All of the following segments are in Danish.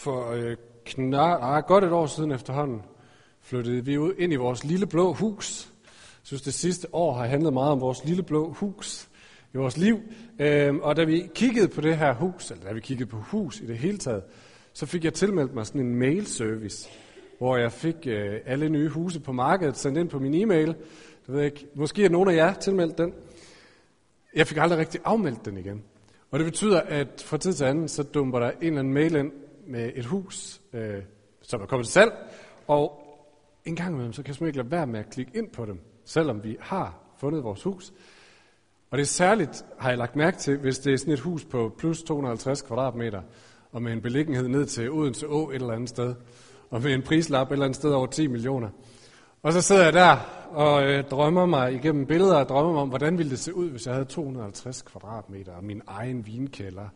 For godt et år siden efterhånden flyttede vi ud ind i vores lille blå hus. Jeg synes, det sidste år har handlet meget om vores lille blå hus i vores liv. Og da vi kiggede på det her hus, eller da vi kiggede på hus i det hele taget, så fik jeg tilmeldt mig sådan en mail-service, hvor jeg fik alle nye huse på markedet sendt ind på min e-mail. Det ved jeg ikke. Måske er nogen af jer tilmeldt den. Jeg fik aldrig rigtig afmeldt den igen. Og det betyder, at fra tid til anden, så dumper der en eller anden mail ind med et hus, som er kommet til salg. Og en gang imellem, så kan jeg simpelthen ikke lade være med at klikke ind på dem, selvom vi har fundet vores hus. Og det er særligt, har jeg lagt mærke til, hvis det er sådan et hus på plus 250 kvadratmeter, og med en beliggenhed ned til Odense Å et eller andet sted, og med en prislap et eller andet sted over 10 millioner. Og så sidder jeg der og drømmer mig igennem billeder og drømmer mig om, hvordan ville det se ud, hvis jeg havde 250 kvadratmeter og min egen vinkælder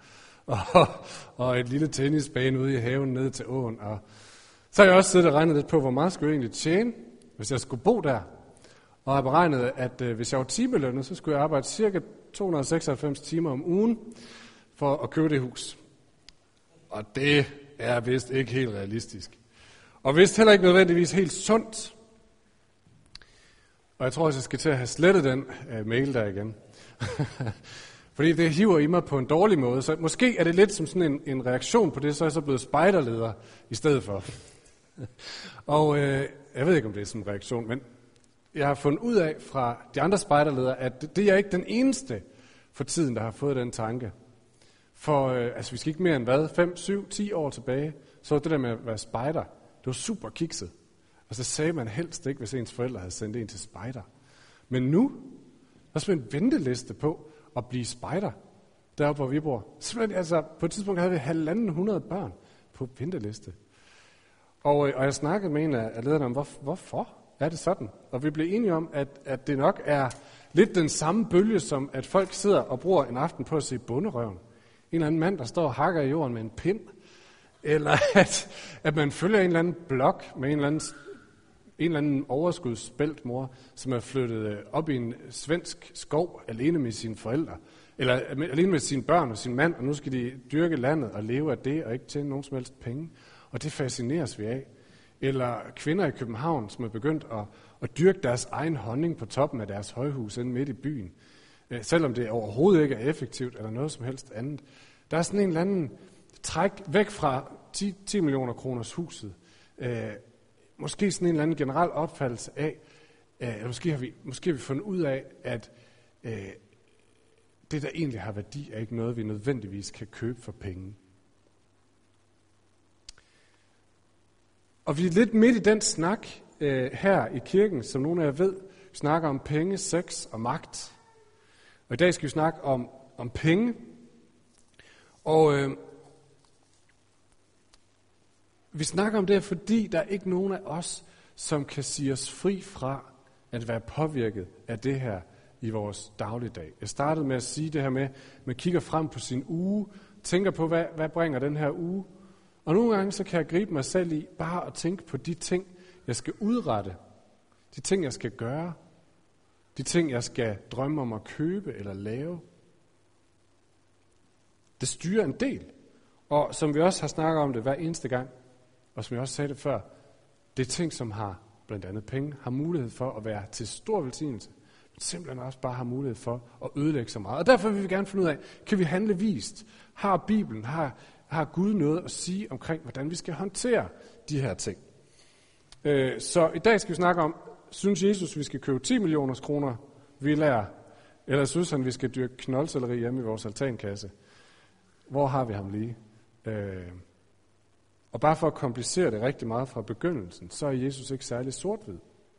og et lille tennisbane ude i haven ned til åen. Og så har jeg også siddet og regnet lidt på, hvor meget skulle jeg egentlig tjene, hvis jeg skulle bo der. Og har beregnet, at hvis jeg var timelønnet, så skulle jeg arbejde cirka 296 timer om ugen for at købe det hus. Og det er vist ikke helt realistisk. Og vist heller ikke nødvendigvis helt sundt. Og jeg tror også, jeg skal til at have slettet den mail der igen. Fordi det hiver i mig på en dårlig måde. Så måske er det lidt som sådan en reaktion på det, så er jeg så blevet spejderleder i stedet for. Og jeg ved ikke, om det er sådan en reaktion, men jeg har fundet ud af fra de andre spejderledere, at det er ikke den eneste for tiden, der har fået den tanke. For vi skal ikke mere end 5, 7, 10 år tilbage, så var det der med at være spejder, det var super kikset. Og så sagde man helst ikke, hvis ens forældre havde sendt en til spejder. Men nu, der er simpelthen en venteliste på at blive spejder, deroppe hvor vi bor. Simpelthen, på et tidspunkt havde vi 1.500 børn på venteliste. Og jeg snakkede med en af lederne om, hvorfor er det sådan? Og vi blev enige om, at det nok er lidt den samme bølge, som at folk sidder og bruger en aften på at se Bonderøven. En eller anden mand, der står og hakker i jorden med en pind. Eller at man følger en eller anden blok med en eller anden overskudsspældt mor, som er flyttet op i en svensk skov alene med sine forældre. Eller alene med sine børn og sin mand, og nu skal de dyrke landet og leve af det, og ikke tjene nogen som helst penge. Og det fascineres vi af. Eller kvinder i København, som er begyndt at dyrke deres egen honning på toppen af deres højhus inde midt i byen. Selvom det overhovedet ikke er effektivt eller noget som helst andet. Der er sådan en eller anden træk væk fra 10 millioner kroners huset. Måske sådan en eller anden generel opfattelse af, måske har vi fundet ud af, at det, der egentlig har værdi, er ikke noget, vi nødvendigvis kan købe for penge. Og vi er lidt midt i den snak her i kirken, som nogle af jer ved. Vi snakker om penge, sex og magt. Og i dag skal vi snakke om penge. Og vi snakker om det, fordi der er ikke nogen af os, som kan sige os fri fra at være påvirket af det her i vores dagligdag. Jeg startede med at sige det her med, at man kigger frem på sin uge, tænker på, hvad bringer den her uge. Og nogle gange så kan jeg gribe mig selv i bare at tænke på de ting, jeg skal udrette. De ting, jeg skal gøre. De ting, jeg skal drømme om at købe eller lave. Det styrer en del. Og som vi også har snakket om det hver eneste gang, og som jeg også sagde det før, det er ting, som har blandt andet penge, har mulighed for at være til stor velsignelse, men simpelthen også bare har mulighed for at ødelægge så meget. Og derfor vil vi gerne finde ud af, kan vi handle vist? Har Bibelen, har Gud noget at sige omkring, hvordan vi skal håndtere de her ting? Så i dag skal vi snakke om, synes Jesus, vi skal købe 10 millioner kroner villaer, eller synes han, vi skal dyrke knoldselleri hjemme i vores altankasse? Hvor har vi ham lige? Og bare for at komplicere det rigtig meget fra begyndelsen, så er Jesus ikke særlig sort-hvid.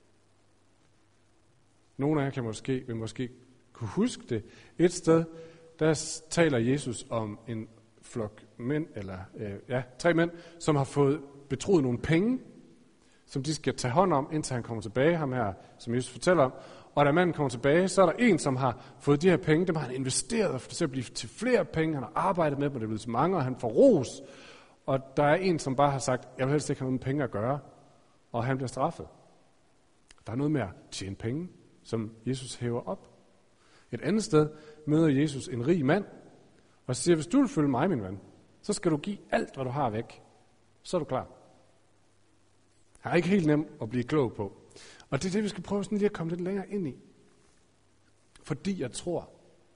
Nogle af jer vil måske kunne huske det. Et sted, der taler Jesus om en flok mænd, eller 3 mænd, som har fået betroet nogle penge, som de skal tage hånd om, indtil han kommer tilbage, ham her, som Jesus fortæller om. Og da manden kommer tilbage, så er der en, som har fået de her penge, dem har han investeret og fået til at blive til flere penge. Han har arbejdet med dem, og det er blevet til mange, og han får ros. Og der er en, som bare har sagt, jeg vil helst ikke have noget med penge at gøre, og han bliver straffet. Der er noget med at tjene penge, som Jesus hæver op. Et andet sted møder Jesus en rig mand, og siger, hvis du vil følge mig, min ven, så skal du give alt, hvad du har væk. så er du klar. Det er ikke helt nemt at blive klog på. Og det er det, vi skal prøve sådan lige at komme lidt længere ind i. Fordi jeg tror,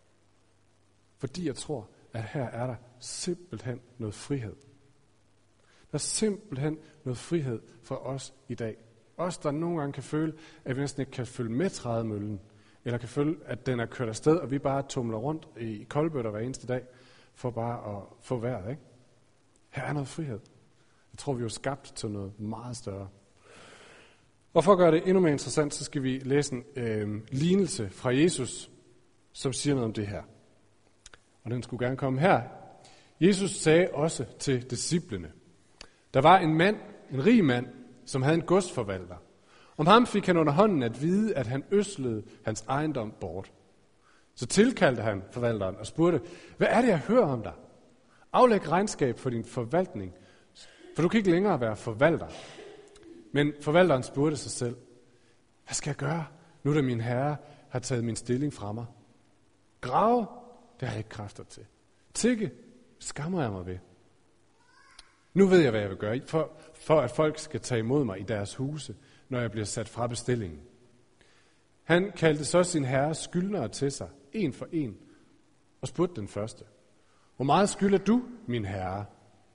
at her er der simpelthen noget frihed. Der er simpelthen noget frihed for os i dag. Os, der nogle gange kan føle, at vi næsten ikke kan følge med trædemøllen, eller kan føle, at den er kørt afsted, og vi bare tumler rundt i koldbøtter hver eneste dag, for bare at få vejret, ikke? Her er noget frihed. Jeg tror, vi er skabt til noget meget større. Og for at gøre det endnu mere interessant, så skal vi læse en lignelse fra Jesus, som siger noget om det her. Og den skulle gerne komme her. Jesus sagde også til disciplene, der var en rig mand, som havde en godsforvalter. Om ham fik han under hånden at vide, at han ødslede hans ejendom bort. Så tilkaldte han forvalteren og spurgte, hvad er det, jeg hører om dig? Aflæg regnskab for din forvaltning, for du kan ikke længere være forvalter. Men forvalteren spurgte sig selv, hvad skal jeg gøre, nu da min herre har taget min stilling fra mig? Grave, det har jeg ikke kræfter til. Tigge, skammer jeg mig ved. Nu ved jeg, hvad jeg vil gøre, for at folk skal tage imod mig i deres huse, når jeg bliver sat fra bestillingen. Han kaldte så sin herres skyldnere til sig, en for en, og spurgte den første. Hvor meget skylder du, min herre?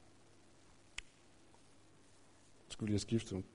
Skulle vi lige have skiftet nu?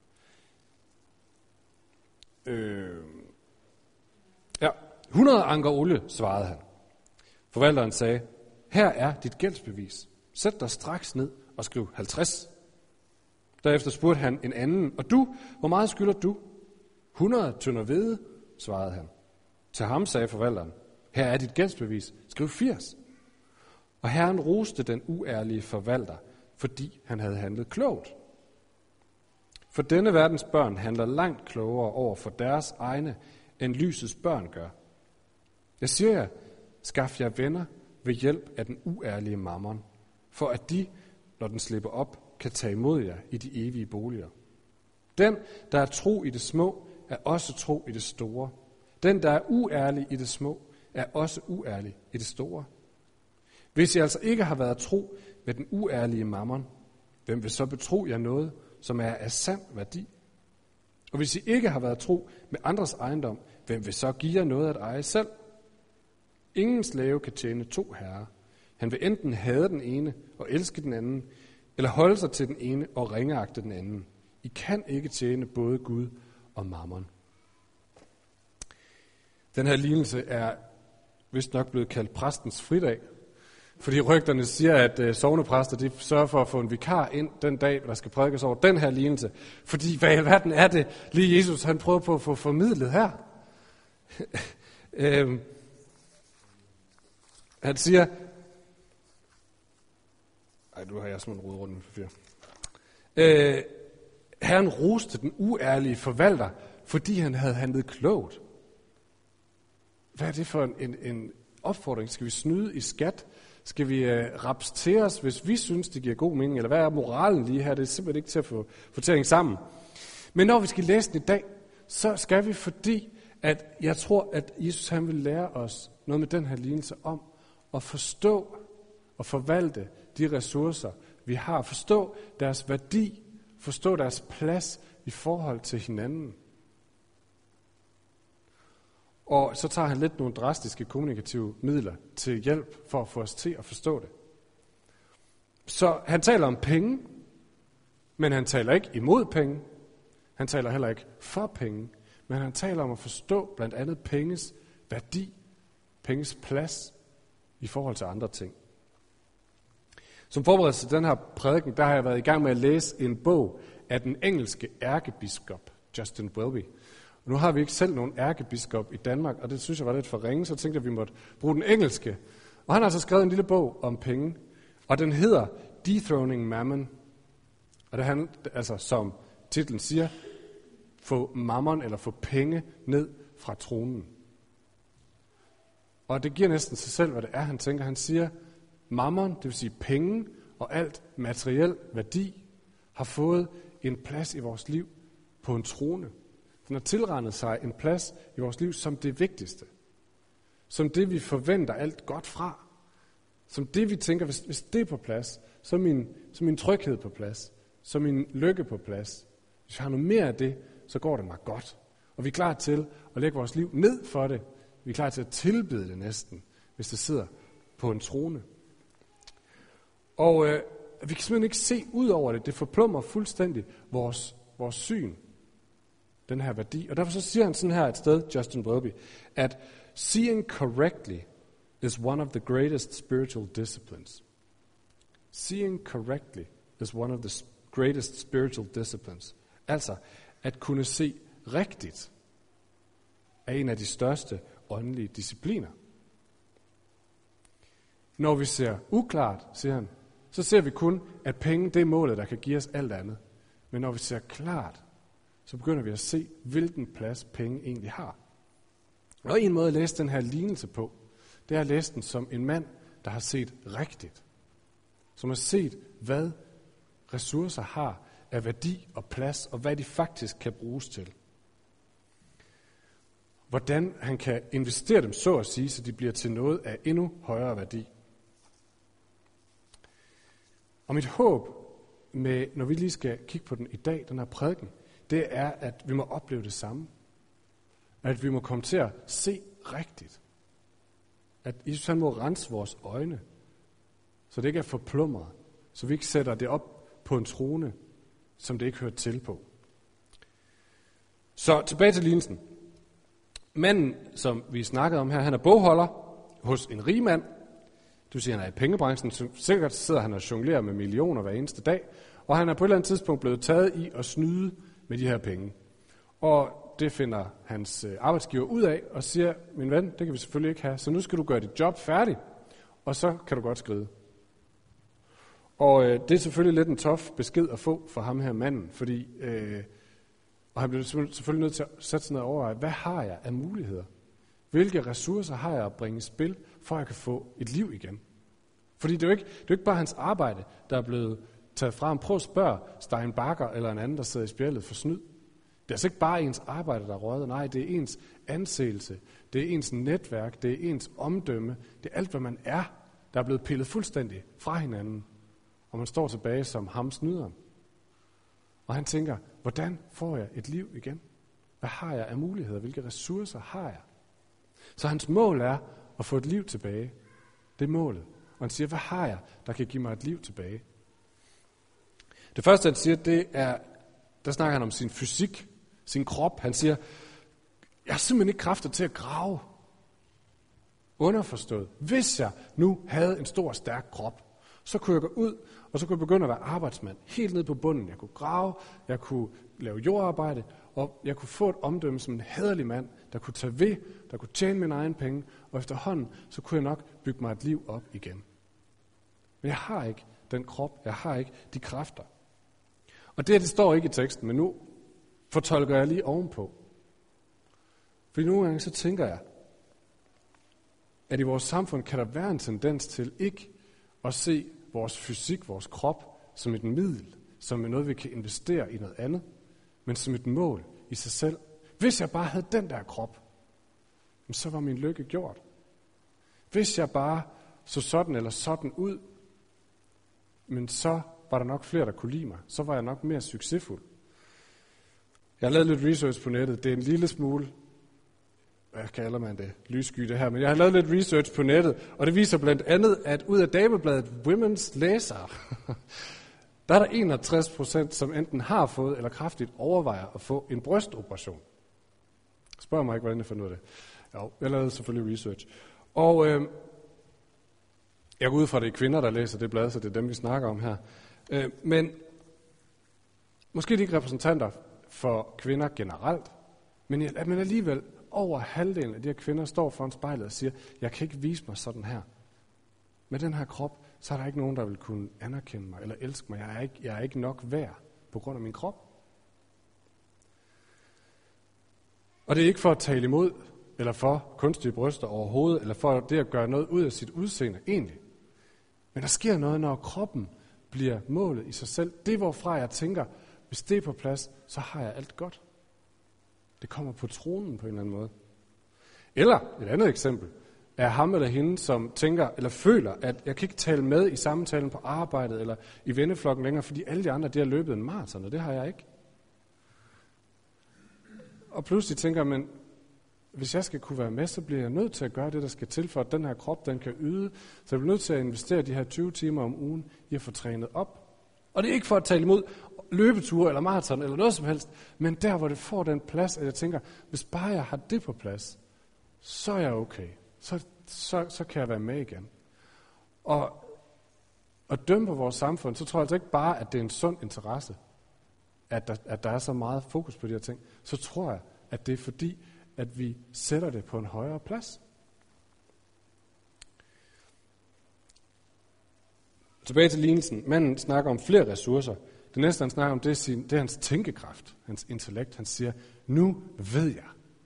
100 anker olie, svarede han. Forvalteren sagde, her er dit gældsbevis. Sæt dig straks ned og skriv 50. Derefter spurgte han en anden, og du, hvor meget skylder du? 100 tønder hvede, svarede han. Til ham sagde forvalteren, her er dit gældsbevis, skriv 80. Og herren roste den uærlige forvalter, fordi han havde handlet klogt. For denne verdens børn handler langt klogere over for deres egne, end lysets børn gør. Jeg siger jer, skaf jer venner ved hjælp af den uærlige mammon, for at de, når den slipper op, kan tage imod jer i de evige boliger. Den, der er tro i det små, er også tro i det store. Den, der er uærlig i det små, er også uærlig i det store. Hvis I altså ikke har været tro med den uærlige mammon, hvem vil så betro jer noget, som er af sand værdi? Og hvis I ikke har været tro med andres ejendom, hvem vil så give jer noget at eje selv? Ingen slave kan tjene 2 herrer. Han vil enten hade den ene og elske den anden, eller holde sig til den ene og ringeagte den anden. I kan ikke tjene både Gud og mammon. Den her lignelse er vist nok blevet kaldt præstens fridag, fordi rygterne siger, at sognepræster de sørger for at få en vikar ind den dag, der skal prædikes over den her lignelse. Fordi hvad i alverden er det lige Jesus, han prøver på at få formidlet her? Han siger, nu har jeg sådan en rød rundt med papir. Herren roste den uærlige forvalter, fordi han havde handlet klogt. Hvad er det for en opfordring? Skal vi snyde i skat? Skal vi rapse til os, hvis vi synes, det giver god mening? Eller hvad er moralen lige her? Det er simpelthen ikke til at få til at hænge sammen. Men når vi skal læse den i dag, så skal vi, fordi at jeg tror, at Jesus han vil lære os noget med den her lignelse om at forstå og forvalte de ressourcer, vi har. Forstå deres værdi, forstå deres plads i forhold til hinanden. Og så tager han lidt nogle drastiske kommunikative midler til hjælp for at få os til at forstå det. Så han taler om penge, men han taler ikke imod penge. Han taler heller ikke for penge, men han taler om at forstå blandt andet penges værdi, penges plads i forhold til andre ting. Som forberedelse til den her prædiken, der har jeg været i gang med at læse en bog af den engelske ærkebiskop, Justin Welby. Nu har vi ikke selv nogen ærkebiskop i Danmark, og det synes jeg var lidt for ringe, så jeg tænkte, at vi måtte bruge den engelske. Og han har altså skrevet en lille bog om penge, og den hedder Dethroning Mammon. Og det handler, altså som titlen siger, få mammon eller få penge ned fra tronen. Og det giver næsten sig selv, hvad det er, han tænker. Han siger, mammon, det vil sige penge og alt materiel værdi, har fået en plads i vores liv på en trone. Den har tilregnet sig en plads i vores liv som det vigtigste. Som det, vi forventer alt godt fra. Som det, vi tænker, hvis det er på plads, så er min tryghed på plads, så er min lykke på plads. Hvis vi har noget mere af det, så går det mig godt. Og vi er klar til at lægge vores liv ned for det. Vi er klar til at tilbede det næsten, hvis det sidder på en trone. Og vi kan simpelthen ikke se ud over det. Det forplummer fuldstændig vores syn, den her værdi. Og derfor så siger han sådan her et sted, Justin Welby, at seeing correctly is one of the greatest spiritual disciplines. Seeing correctly is one of the greatest spiritual disciplines. Altså, at kunne se rigtigt er en af de største åndelige discipliner. Når vi ser uklart, siger han, så ser vi kun, at penge det er målet, der kan give os alt andet. Men når vi ser klart, så begynder vi at se, hvilken plads penge egentlig har. Og en måde at læse den her lignelse på, det er at læse den som en mand, der har set rigtigt. Som har set, hvad ressourcer har af værdi og plads, og hvad de faktisk kan bruges til. Hvordan han kan investere dem, så at sige, så de bliver til noget af endnu højere værdi. Og mit håb, når vi lige skal kigge på den i dag, den her prædiken, det er, at vi må opleve det samme. At vi må komme til at se rigtigt. At Jesus han må rense vores øjne, så det ikke er forplumret, så vi ikke sætter det op på en trone, som det ikke hører til på. Så tilbage til lignelsen. Manden, som vi snakkede om her, han er bogholder hos en rig mand. Du siger, han er i pengebranchen, så sikkert sidder han og jonglerer med millioner hver eneste dag, og han er på et eller andet tidspunkt blevet taget i at snyde med de her penge. Og det finder hans arbejdsgiver ud af og siger, min ven, det kan vi selvfølgelig ikke have, så nu skal du gøre dit job færdigt, og så kan du godt skride. Og det er selvfølgelig lidt en tof besked at få fra ham her manden, fordi og han bliver selvfølgelig nødt til at sætte sig ned og overveje, hvad har jeg af muligheder? Hvilke ressourcer har jeg at bringe i spil, for at jeg kan få et liv igen? Fordi det er jo ikke bare hans arbejde, der er blevet taget frem. Prøv at spørge Stein Bakker eller en anden, der sidder i spjældet for snyd. Det er altså ikke bare ens arbejde, der er røget. Nej, det er ens anseelse, det er ens netværk, det er ens omdømme. Det er alt, hvad man er, der er blevet pillet fuldstændig fra hinanden. Og man står tilbage som ham snyderen. Og han tænker, hvordan får jeg et liv igen? Hvad har jeg af muligheder? Hvilke ressourcer har jeg? Så hans mål er at få et liv tilbage. Det er målet. Og han siger, hvad har jeg, der kan give mig et liv tilbage? Det første, han siger, det er, der snakker han om sin fysik, sin krop. Han siger, jeg har simpelthen ikke kræfter til at grave. Underforstået. Hvis jeg nu havde en stor, stærk krop, så kunne jeg gå ud, og så kunne jeg begynde at være arbejdsmand. Helt ned på bunden. Jeg kunne grave, jeg kunne lave jordarbejde, og jeg kunne få et omdømme som en hæderlig mand, der kunne tage ved, der kunne tjene mine egne penge, og efterhånden, så kunne jeg nok bygge mig et liv op igen. Men jeg har ikke den krop, jeg har ikke de kræfter. Og det står ikke i teksten, men nu fortolker jeg lige ovenpå. Fordi nogle gange så tænker jeg, at i vores samfund kan der være en tendens til ikke at se vores fysik, vores krop, som et middel, som er noget, vi kan investere i noget andet, men som et mål i sig selv. Hvis jeg bare havde den der krop, så var min lykke gjort. Hvis jeg bare så sådan eller sådan ud, men så var der nok flere, der kunne lide mig. Så var jeg nok mere succesfuld. Jeg har lavet lidt research på nettet. Det er en lille smule, hvad kalder man det, lyssky det her, men jeg har lavet lidt research på nettet, og det viser blandt andet, at ud af damebladet Women's læsere, der er der 61%, som enten har fået eller kraftigt overvejer at få en brystoperation. Spørg mig ikke, hvordan jeg fandt ud af det. Jo, jeg lavede selvfølgelig research. Og jeg går ud fra, det er kvinder, der læser det blad, så det er dem, vi snakker om her. Men måske de ikke repræsentanter for kvinder generelt, men alligevel over halvdelen af de her kvinder står foran spejlet og siger, jeg kan ikke vise mig sådan her. Med den her krop, så er der ikke nogen, der vil kunne anerkende mig eller elske mig. Jeg er ikke nok værd på grund af min krop. Og det er ikke for at tale imod, eller for kunstige bryster overhovedet, eller for det at gøre noget ud af sit udseende, egentlig. Men der sker noget, når kroppen bliver målet i sig selv. Det hvorfra jeg tænker, hvis det er på plads, så har jeg alt godt. Det kommer på tronen på en eller anden måde. Eller et andet eksempel. er ham eller hende, som tænker eller føler, at jeg kan ikke tale med i samtalen på arbejdet eller i venneflokken længere, fordi alle de andre, de har løbet en maraton, og det har jeg ikke. Og pludselig tænker man, hvis jeg skal kunne være med, så bliver jeg nødt til at gøre det, der skal til, for at den her krop, den kan yde. Så jeg bliver nødt til at investere de her 20 timer om ugen i at få trænet op. Og det er ikke for at tale imod løbeture eller maraton eller noget som helst, men der, hvor det får den plads, at jeg tænker, hvis bare jeg har det på plads, så er jeg okay. Så kan jeg være med igen. Og at dømme på vores samfund, så tror jeg altså ikke bare, at det er en sund interesse, at der er så meget fokus på de her ting. Så tror jeg, at det er fordi, at vi sætter det på en højere plads. Tilbage til lignelsen. Manden snakker om flere ressourcer. Det næste, han snakker om, det er hans tænkekraft, hans intellekt. Han siger, nu ved jeg.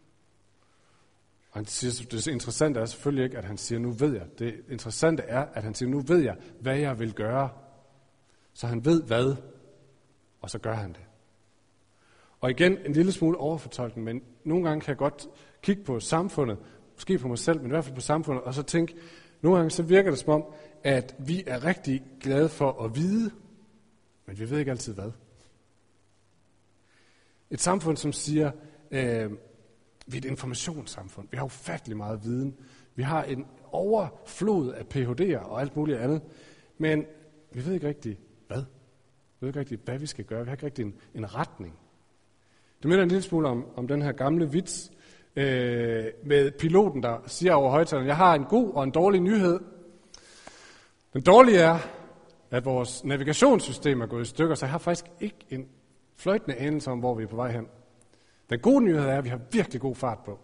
Og han siger, det interessante er selvfølgelig ikke, at han siger, nu ved jeg. Det interessante er, at han siger, nu ved jeg, hvad jeg vil gøre. Så han ved hvad, og så gør han det. Og igen, en lille smule overfortolkning, men nogle gange kan jeg godt kigge på samfundet, måske på mig selv, men i hvert fald på samfundet, og så tænke, nogle gange så virker det som om, at vi er rigtig glade for at vide, men vi ved ikke altid hvad. Et samfund, som siger, vi er et informationssamfund. Vi har ufattelig meget viden. Vi har en overflod af PhD'er og alt muligt andet. Men vi ved ikke rigtig hvad. Vi ved ikke rigtig, hvad vi skal gøre. Vi har ikke rigtig en retning. Det minder en lille smule om den her gamle vits med piloten, der siger over højtaleren, jeg har en god og en dårlig nyhed. Den dårlige er, at vores navigationssystem er gået i stykker, så jeg har faktisk ikke en fløjtende anelse om, hvor vi er på vej hen. Den gode nyhed er, at vi har virkelig god fart på.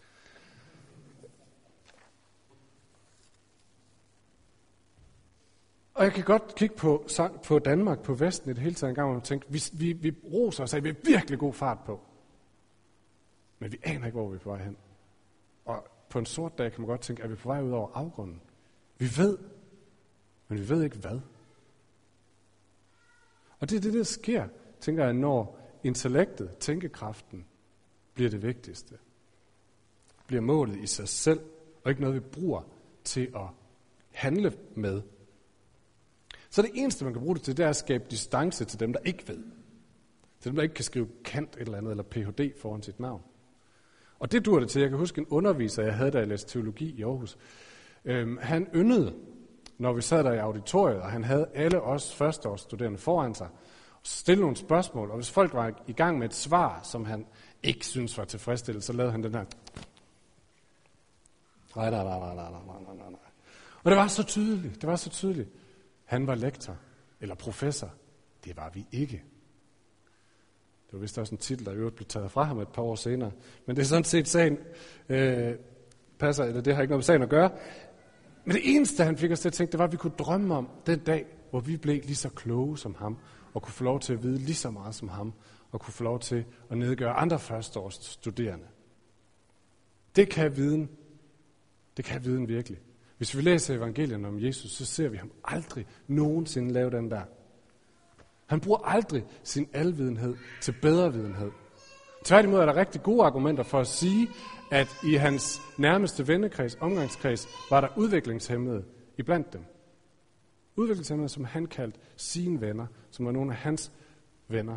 Og jeg kan godt kigge på Danmark, på Vesten i det hele taget en gang, og tænke, vi roser os af, vi har virkelig god fart på. Men vi aner ikke, hvor vi er på vej hen. Og på en sort dag kan man godt tænke, at vi er på vej ud over afgrunden. Vi ved, men vi ved ikke hvad. Og det er det, der sker, tænker jeg, når intellektet, tænkekraften, bliver det vigtigste. Bliver målet i sig selv, og ikke noget, vi bruger til at handle med. Så det eneste, man kan bruge det til, det er at skabe distance til dem, der ikke ved. Til dem, der ikke kan skrive kant et eller andet, eller Ph.D. foran sit navn. Og det dur det til. Jeg kan huske en underviser, jeg havde, da jeg læste teologi i Aarhus. Han yndede, når vi sad der i auditoriet, og han havde alle os førsteårsstuderende foran sig, og stille nogle spørgsmål, og hvis folk var i gang med et svar, som han ikke synes var tilfredsstillende, så lavede han den her. Nej. Og det var så tydeligt. Han var lektor, eller professor. Det var vi ikke. Det var vist også en titel, der i øvrigt blev taget fra ham et par år senere. Men det er sådan set sagen, passer, eller det har ikke noget med sagen at gøre. Men det eneste, han fik os til at tænke, det var, at vi kunne drømme om den dag, hvor vi blev lige så kloge som ham, og kunne få lov til at vide lige så meget som ham, og kunne få lov til at nedgøre andre førsteårs studerende. Det kan viden virkelig. Hvis vi læser evangelierne om Jesus, så ser vi ham aldrig nogensinde lave den der. Han bruger aldrig sin alvidenhed til bedrevidenhed. Tværtimod er der rigtig gode argumenter for at sige, at i hans nærmeste vennekreds, omgangskreds, var der udviklingshæmmede iblandt dem. Udviklingshæmmede, som han kaldte sine venner, som var nogle af hans venner.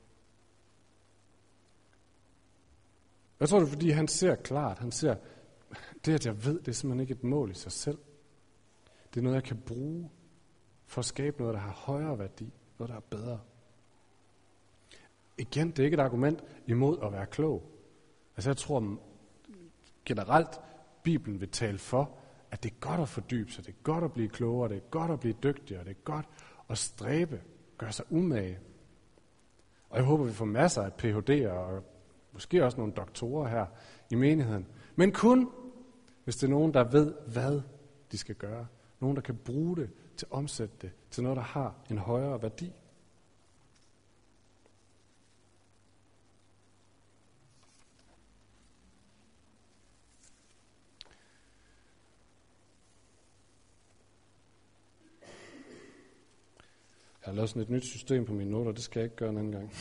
Jeg tror det er, fordi han ser klart. Han ser, det at jeg ved, det er simpelthen ikke et mål i sig selv. Det er noget, jeg kan bruge for at skabe noget, der har højere værdi. Noget, der er bedre. Igen, det er ikke et argument imod at være klog. Altså jeg tror generelt, Bibelen vil tale for, at det er godt at fordybe sig, det er godt at blive klogere, det er godt at blive dygtigere, det er godt at stræbe, gøre sig umage. Og jeg håber, vi får masser af PhD'er og måske også nogle doktorer her i menigheden. Men kun, hvis det er nogen, der ved, hvad de skal gøre. Nogen, der kan bruge det til at omsætte det til noget, der har en højere værdi. Jeg har lavet sådan et nyt system på mine noter, det skal jeg ikke gøre en anden gang.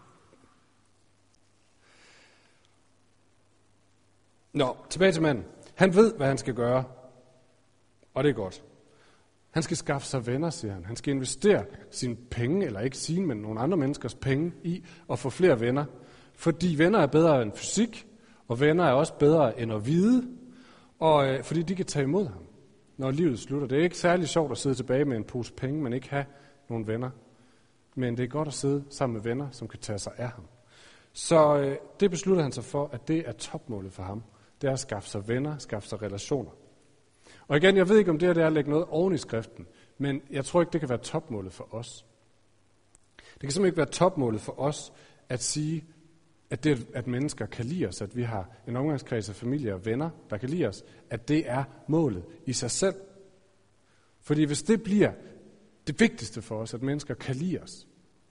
Nå, tilbage til manden. Han ved, hvad han skal gøre, og det er godt. Han skal skaffe sig venner, siger han. Han skal investere sine penge, eller ikke sine, men nogle andre menneskers penge, i at få flere venner. Fordi venner er bedre end fysik, og venner er også bedre end at vide, og fordi de kan tage imod ham, når livet slutter. Det er ikke særlig sjovt at sidde tilbage med en pose penge, men ikke have nogle venner. Men det er godt at sidde sammen med venner, som kan tage sig af ham. Så det beslutter han sig for, at det er topmålet for ham. Det er at skaffe sig venner, skaffe sig relationer. Og igen, jeg ved ikke, om det er at lægge noget oven i skriften, men jeg tror ikke, det kan være topmålet for os. Det kan simpelthen ikke være topmålet for os at sige, at det, at mennesker kan lide os, at vi har en omgangskreds af familie og venner, der kan lide os, at det er målet i sig selv. Fordi hvis det bliver det vigtigste for os, at mennesker kan lide os,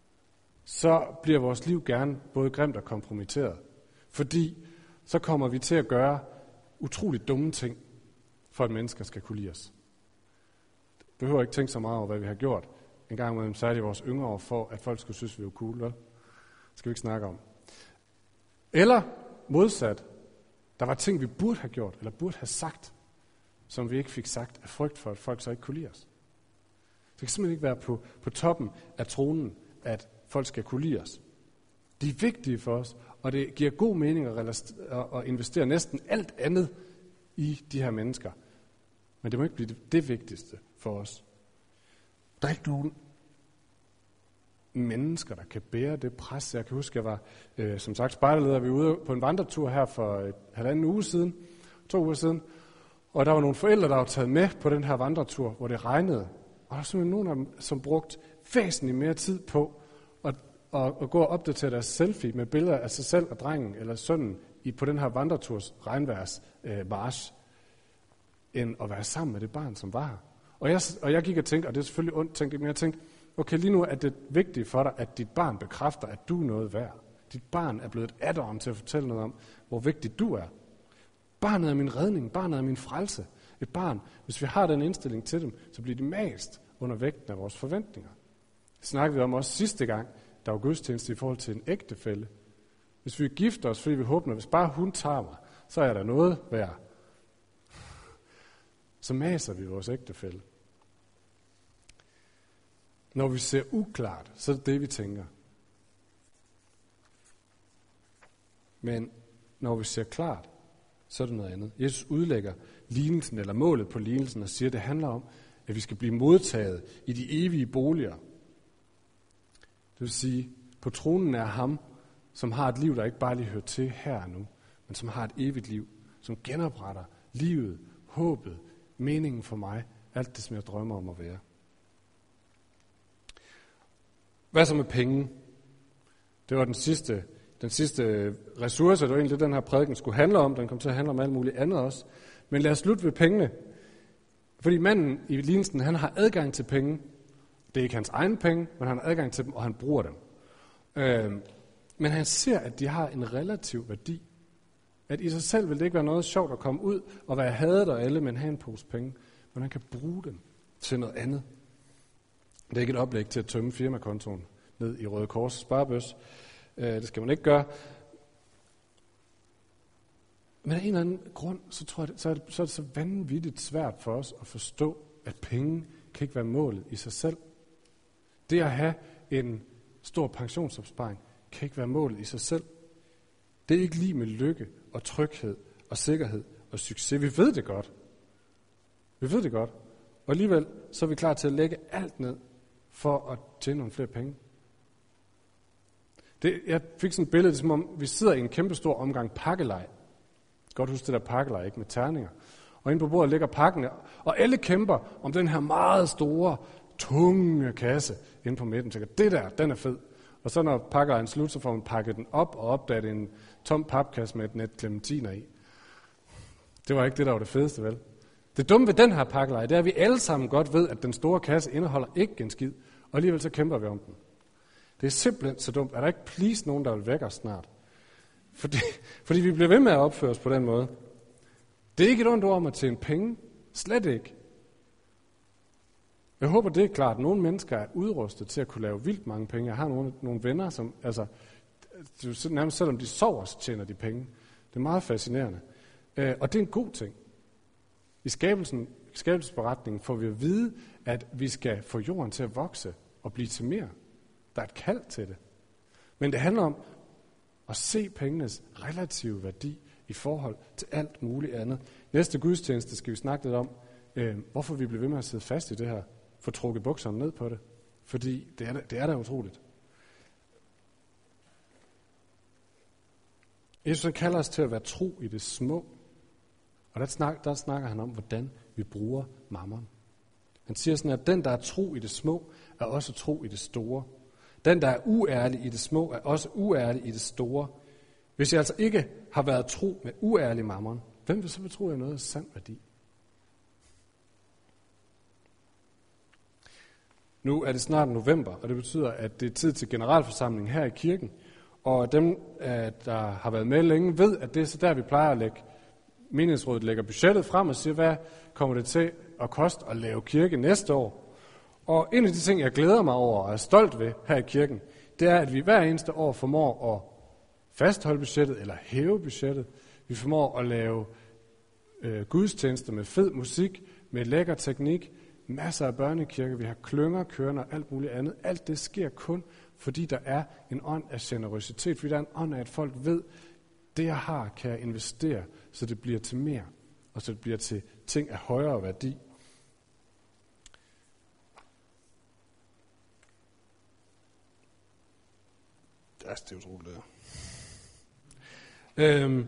så bliver vores liv gerne både grimt og kompromitteret. Fordi så kommer vi til at gøre utroligt dumme ting, for at mennesker skal kunne lide os. Vi behøver ikke tænke så meget over, hvad vi har gjort en gang imellem, særligt i vores yngre år, for at folk skulle synes, vi var cool, vel? Det skal vi ikke snakke om. Eller modsat, der var ting, vi burde have gjort, eller burde have sagt, som vi ikke fik sagt af frygt for, at folk så ikke kunne lide os. Det kan simpelthen ikke være på toppen af tronen, at folk skal kunne lide os. De er vigtige for os, og det giver god mening at investere næsten alt andet i de her mennesker. Men det må ikke blive det vigtigste for os. Der er ikke nogen mennesker, der kan bære det pres. Jeg kan huske, jeg var som sagt spejderleder. Vi var ude på en vandretur her for 2 uger siden. Og der var nogle forældre, der var taget med på den her vandretur, hvor det regnede. Og der var simpelthen nogen af dem, som brugte væsentligt mere tid på at gå og opdatere deres selfie med billeder af sig selv og drengen eller sønnen på den her vandreturs regnværsmarch, end at være sammen med det barn, som var her. Og jeg gik og tænkte, og det er selvfølgelig ondt, men jeg tænkte, okay, lige nu er det vigtigt for dig, at dit barn bekræfter, at du er noget værd. Dit barn er blevet et add-on til at fortælle noget om, hvor vigtig du er. Barnet er min redning, barnet er min frelse. Et barn, hvis vi har den indstilling til dem, så bliver de mast under vægten af vores forventninger. Det snakkede vi om også sidste gang, der var gudstjeneste i forhold til en ægtefælle. Hvis vi gifter os, fordi vi håber, at hvis bare hun tager mig, så er der noget værd. Så maser vi vores ægtefælle. Når vi ser uklart, så er det det, vi tænker. Men når vi ser klart, så er det noget andet. Jesus udlægger lignelsen, eller målet på lignelsen, og siger, at det handler om, at vi skal blive modtaget i de evige boliger. Det vil sige, på tronen er ham, som har et liv, der ikke bare lige hører til her og nu, men som har et evigt liv, som genopretter livet, håbet, meningen for mig, alt det, som jeg drømmer om at være. Hvad så med penge? Det var den sidste ressource, det var egentlig det, den her prædiken skulle handle om. Den kom til at handle om alt muligt andet også. Men lad os slutte ved pengene. Fordi manden i lignelsen, han har adgang til penge. Det er ikke hans egne penge, men han har adgang til dem, og han bruger dem. Men han ser, at de har en relativ værdi. At i sig selv vil det ikke være noget sjovt at komme ud og være hadet og alle, men have en pose penge. Men han kan bruge dem til noget andet. Det er ikke et oplæg til at tømme firmakontoen ned i Røde Kors sparebøs. Det skal man ikke gøre. Men af en eller anden grund, så tror jeg, så er det så vanvittigt svært for os at forstå, at penge kan ikke være målet i sig selv. Det at have en stor pensionsopsparing kan ikke være målet i sig selv. Det er ikke lige med lykke og tryghed og sikkerhed og succes. Vi ved det godt. Vi ved det godt. Og alligevel så er vi klar til at lægge alt ned for at tjene nogle flere penge. Jeg fik sådan et billede, som om vi sidder i en kæmpe stor omgang pakkelej. Godt huske det der pakkelej, ikke, med terninger. Og inde på bordet ligger pakkene, og alle kæmper om den her meget store, tunge kasse inde på midten. Tænker, det der, den er fed. Og så når pakkelejen slut, så får man pakket den op og opdager det en tom papkasse med et net clementiner i. Det var ikke det, der var det fedeste, vel? Det dumme ved den her pakkelej, det er, at vi alle sammen godt ved, at den store kasse indeholder ikke en skid, og alligevel så kæmper vi om den. Det er simpelthen så dumt. Er der ikke please nogen, der vil vække os snart? Fordi vi bliver ved med at opføre os på den måde. Det er ikke et ondt ord om at tjene penge. Slet ikke. Jeg håber, det er klart. Nogle mennesker er udrustet til at kunne lave vildt mange penge. Jeg har nogle venner, som nærmest selvom de sover, så tjener de penge. Det er meget fascinerende. Og det er en god ting. I skabelsesberetningen får vi at vide, at vi skal få jorden til at vokse og blive til mere. Der er et kald til det. Men det handler om at se pengenes relative værdi i forhold til alt muligt andet. Næste gudstjeneste skal vi snakke lidt om, hvorfor vi bliver ved med at sidde fast i det her. Få trukket bukserne ned på det. Fordi det er da utroligt. Jesus kalder os til at være tro i det små. Og der snakker han om, hvordan vi bruger mammon. Han siger sådan, at den, der er tro i det små, er også tro i det store. Den, der er uærlig i det små, er også uærlig i det store. Hvis jeg altså ikke har været tro med uærlig mammon, hvem vil så betro jer noget af sand værdi? Nu er det snart november, og det betyder, at det er tid til generalforsamling her i kirken. Og dem, der har været med længe, ved, at det er så der, vi plejer at lægge. Menighedsrådet lægger budgettet frem og siger, hvad kommer det til at koste at lave kirke næste år. Og en af de ting, jeg glæder mig over og er stolt ved her i kirken, det er, at vi hver eneste år formår at fastholde budgettet eller hæve budgettet. Vi formår at lave gudstjenester med fed musik, med lækker teknik, masser af børnekirker, vi har klynger kørende og alt muligt andet. Alt det sker kun, fordi der er en ånd af generøsitet, fordi der er en ånd af, at folk ved, det jeg har, kan jeg investere, så det bliver til mere, og så det bliver til ting af højere værdi. Det er utroligt, det her.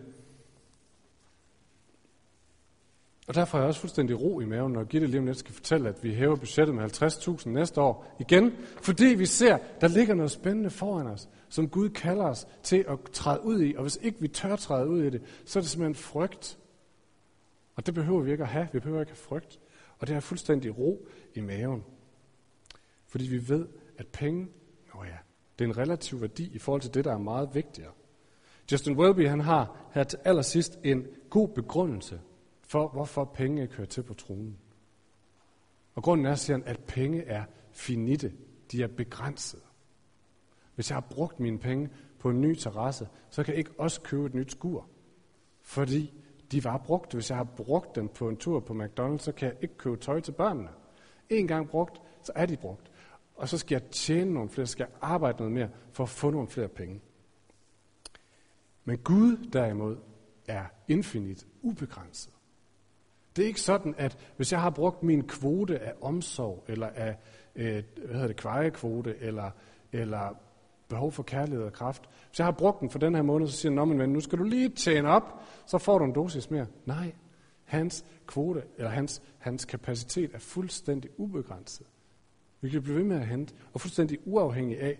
Og derfor er jeg også fuldstændig ro i maven, når Gitte lige om lidt skal fortælle, at vi hæver budgettet med 50.000 næste år igen, fordi vi ser, der ligger noget spændende foran os, som Gud kalder os til at træde ud i, og hvis ikke vi tør træde ud i det, så er det simpelthen frygt. Og det behøver vi ikke at have. Vi behøver ikke at have frygt. Og det er fuldstændig ro i maven. Fordi vi ved, at penge, det er en relativ værdi i forhold til det, der er meget vigtigere. Justin Welby, han har her til allersidst en god begrundelse for, hvorfor penge ikke hører til på tronen. Og grunden er, siger han, at penge er finitte. De er begrænsede. Hvis jeg har brugt mine penge på en ny terrasse, så kan jeg ikke også købe et nyt skur. Fordi de var brugt. Hvis jeg har brugt dem på en tur på McDonald's, så kan jeg ikke købe tøj til børnene. En gang brugt, så er de brugt. Og så skal jeg tjene nogle flere, så skal jeg arbejde noget mere for at få nogle flere penge. Men Gud derimod er infinit, ubegrænset. Det er ikke sådan, at hvis jeg har brugt min kvote af omsorg, eller af kvejekvote, eller behov for kærlighed og kraft, hvis jeg har brugt den for den her måned, så siger den, men nu skal du lige tjene op, så får du en dosis mere. Nej, hans kvote, eller hans kapacitet er fuldstændig ubegrænset. Vi kan blive ved med at hente, og fuldstændig uafhængig af,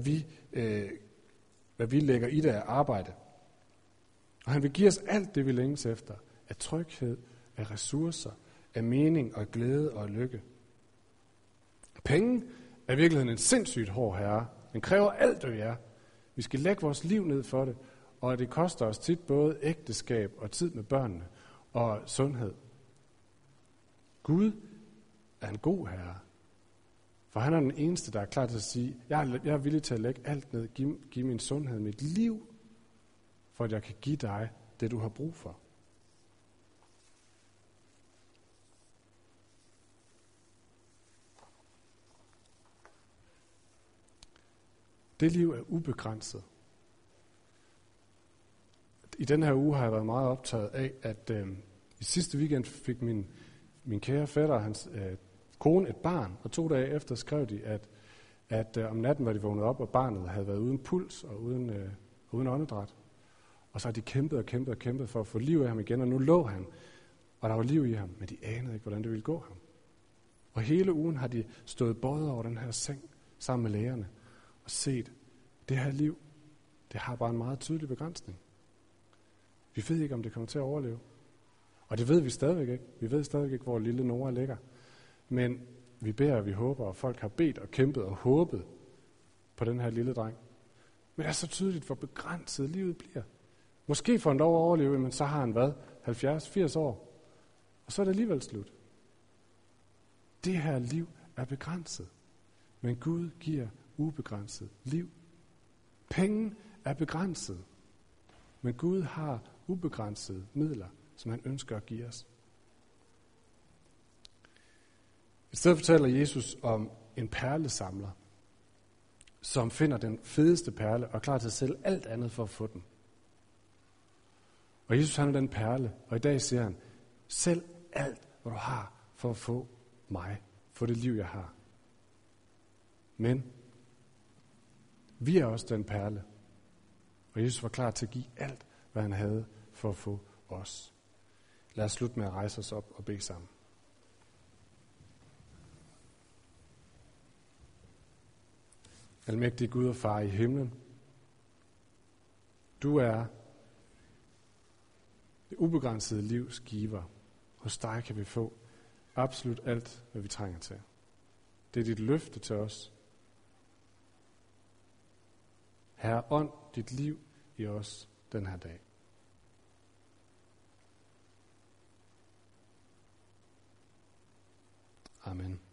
hvad vi lægger i det af arbejde. Og han vil give os alt det, vi længes efter, af tryghed, af ressourcer, af mening og glæde og lykke. Penge er i virkeligheden en sindssygt hård herre. Den kræver alt, hvad vi er. Vi skal lægge vores liv ned for det, og det koster os tit både ægteskab og tid med børnene og sundhed. Gud er en god herre, for han er den eneste, der er klar til at sige, jeg er villig til at lægge alt ned, give min sundhed, mit liv, for at jeg kan give dig det, du har brug for. Det liv er ubegrænset. I den her uge har jeg været meget optaget af, at i sidste weekend fik min kære fætter og hans kone et barn, og 2 dage efter skrev de, at om natten var de vågnet op, og barnet havde været uden puls og uden åndedræt. Og så har de kæmpet for at få liv af ham igen, og nu lå han, og der var liv i ham, men de anede ikke, hvordan det ville gå ham. Og hele ugen har de stået bøjet over den her seng sammen med lægerne og set, det her liv, det har bare en meget tydelig begrænsning. Vi ved ikke, om det kommer til at overleve. Og det ved vi stadigvæk ikke. Vi ved stadigvæk ikke, hvor lille Nora ligger. Men vi beder, og vi håber, og folk har bedt og kæmpet og håbet på den her lille dreng. Men det er så tydeligt, hvor begrænset livet bliver. Måske får han lov at overleve, men så har han været 70-80 år. Og så er det alligevel slut. Det her liv er begrænset. Men Gud giver ubegrænset liv. Penge er begrænset. Men Gud har ubegrænsede midler, som han ønsker at give os. I stedet fortæller Jesus om en perlesamler, som finder den fedeste perle og er klar til at sælge alt andet for at få den. Og Jesus han er den perle, og i dag siger han, sælg alt, hvad du har for at få mig, for det liv, jeg har. Men vi er også den perle, og Jesus var klar til at give alt, hvad han havde for at få os. Lad os slutte med at rejse os op og bede sammen. Almægtige Gud og Far i himlen, du er det ubegrænsede livs giver. Hos dig kan vi få absolut alt, hvad vi trænger til. Det er dit løfte til os. Herre, ånd dit liv i os den her dag. Amen.